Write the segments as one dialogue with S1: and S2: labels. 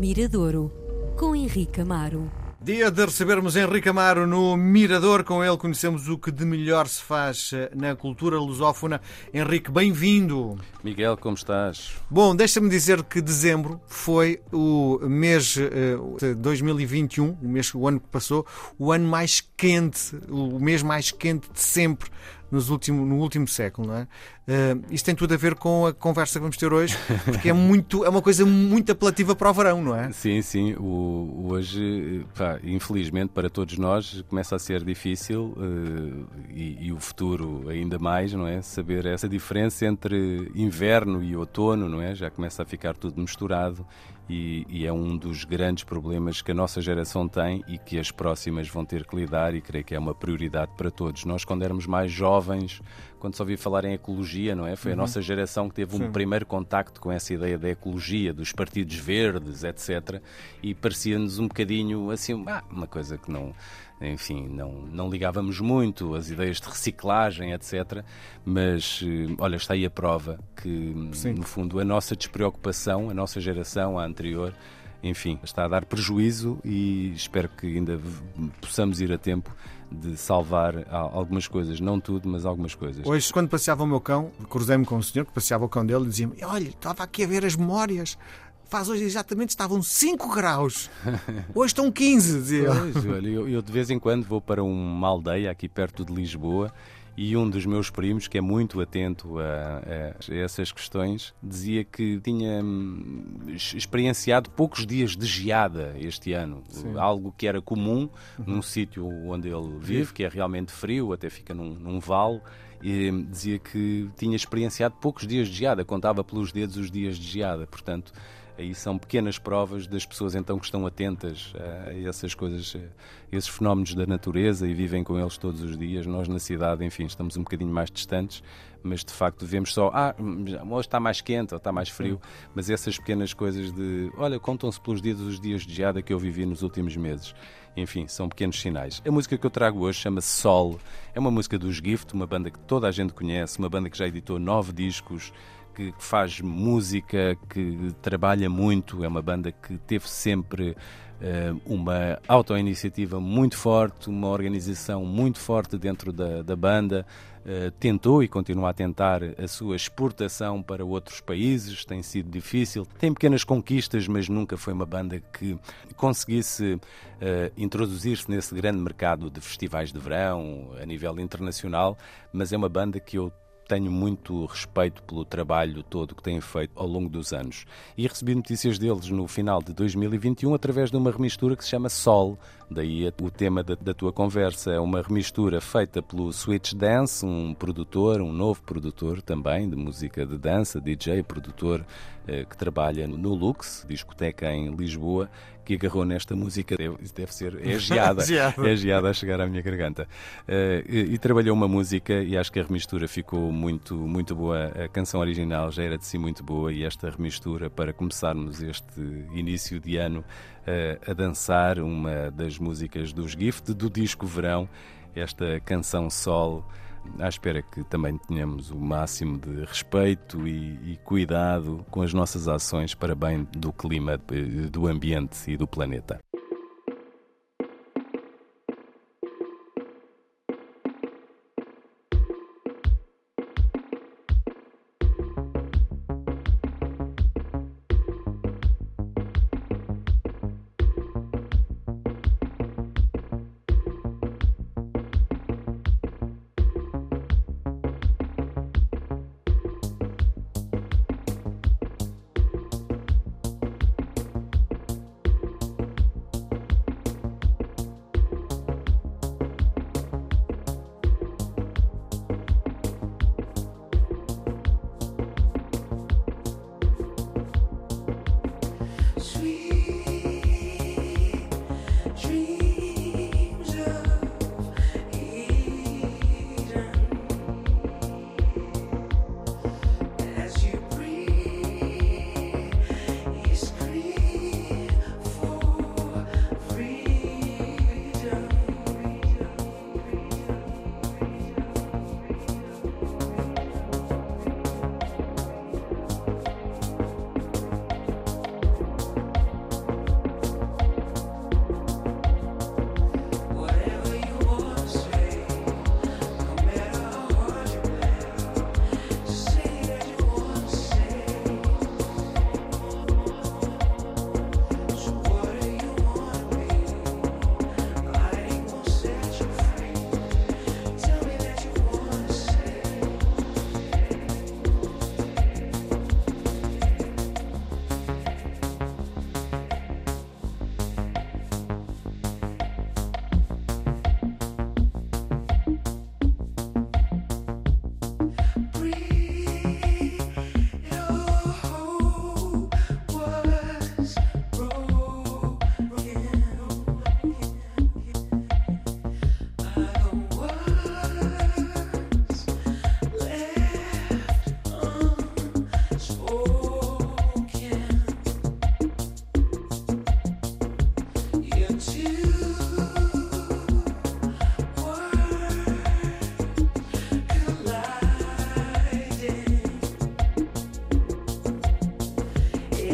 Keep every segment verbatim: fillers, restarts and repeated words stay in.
S1: Miradouro, com Henrique Amaro.
S2: Dia de recebermos Henrique Amaro no Mirador. Com ele conhecemos o que de melhor se faz na cultura lusófona. Henrique, bem-vindo.
S3: Miguel, como estás?
S2: Bom, deixa-me dizer que dezembro foi o mês de dois mil e vinte e um, o mês, o ano que passou, o ano mais quente, o mês mais quente de sempre nos último, no último século, não é? Uh, isto tem tudo a ver com a conversa que vamos ter hoje, porque é, muito, é uma coisa muito apelativa para o verão, não é?
S3: Sim, sim. O, hoje, pá, infelizmente para todos nós, começa a ser difícil uh, e, e o futuro ainda mais, não é? Saber essa diferença entre inverno e outono, não é? Já começa a ficar tudo misturado e, e é um dos grandes problemas que a nossa geração tem e que as próximas vão ter que lidar, e creio que é uma prioridade para todos. Nós, quando éramos mais jovens, quando se ouvia falar em ecologia, não é? Foi a uhum. nossa geração que teve um Sim. primeiro contacto com essa ideia da ecologia, dos partidos verdes, etcétera. E parecia-nos um bocadinho assim, ah, uma coisa que não, enfim, não, não ligávamos muito, as ideias de reciclagem, etcétera. Mas, olha, está aí a prova que, Sim. no fundo, a nossa despreocupação, a nossa geração, a anterior, enfim, está a dar prejuízo, e espero que ainda possamos ir a tempo de salvar algumas coisas, não tudo, mas algumas coisas.
S2: Hoje, quando passeava o meu cão, cruzei-me com um senhor que passeava o cão dele e dizia-me: olha, estava aqui a ver as memórias, faz hoje exatamente, estavam cinco graus, hoje estão quinze, dizia
S3: pois, olha, eu, eu de vez em quando vou para uma aldeia aqui perto de Lisboa, e um dos meus primos, que é muito atento a, a, a essas questões, dizia que tinha hum, experienciado poucos dias de geada este ano. Sim. Algo que era comum uhum. num sítio onde ele vive, que é realmente frio, até fica num, num vale. E dizia que tinha experienciado poucos dias de geada, contava pelos dedos os dias de geada. Portanto, aí são pequenas provas das pessoas então que estão atentas a essas coisas, a esses fenómenos da natureza, e vivem com eles todos os dias. Nós na cidade, enfim, estamos um bocadinho mais distantes, mas de facto vemos só, ah, hoje está mais quente ou está mais frio, Sim. mas essas pequenas coisas de, olha, contam-se pelos dedos os dias de geada que eu vivi nos últimos meses. Enfim, são pequenos sinais. A música que eu trago hoje chama-se Sol. É uma música dos Gift, uma banda que toda a gente conhece, uma banda que já editou nove discos, que faz música, que trabalha muito. É uma banda que teve sempre uh, uma auto-iniciativa muito forte, uma organização muito forte dentro da, da banda. Uh, tentou e continua a tentar a sua exportação para outros países, tem sido difícil. Tem pequenas conquistas, mas nunca foi uma banda que conseguisse uh, introduzir-se nesse grande mercado de festivais de verão a nível internacional, mas é uma banda que eu tenho muito respeito pelo trabalho todo que têm feito ao longo dos anos. E recebi notícias deles no final de dois mil e vinte e um através de uma remistura que se chama Sol. Daí o tema da, da tua conversa. É uma remistura feita pelo Switch Dance, um produtor, um novo produtor também de música de dança, D J, produtor eh, que trabalha no Lux, discoteca em Lisboa, que agarrou nesta música. Deve, deve ser, é geada, é geada a chegar à minha garganta. Uh, e, e trabalhou uma música, e acho que a remistura ficou muito, muito boa. A canção original já era de si muito boa, e esta remistura, para começarmos este início de ano uh, a dançar uma das músicas dos Gift, do disco Verão, esta canção Sol, à espera que também tenhamos o máximo de respeito e, e cuidado com as nossas ações para bem do clima, do ambiente e do planeta.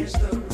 S4: is the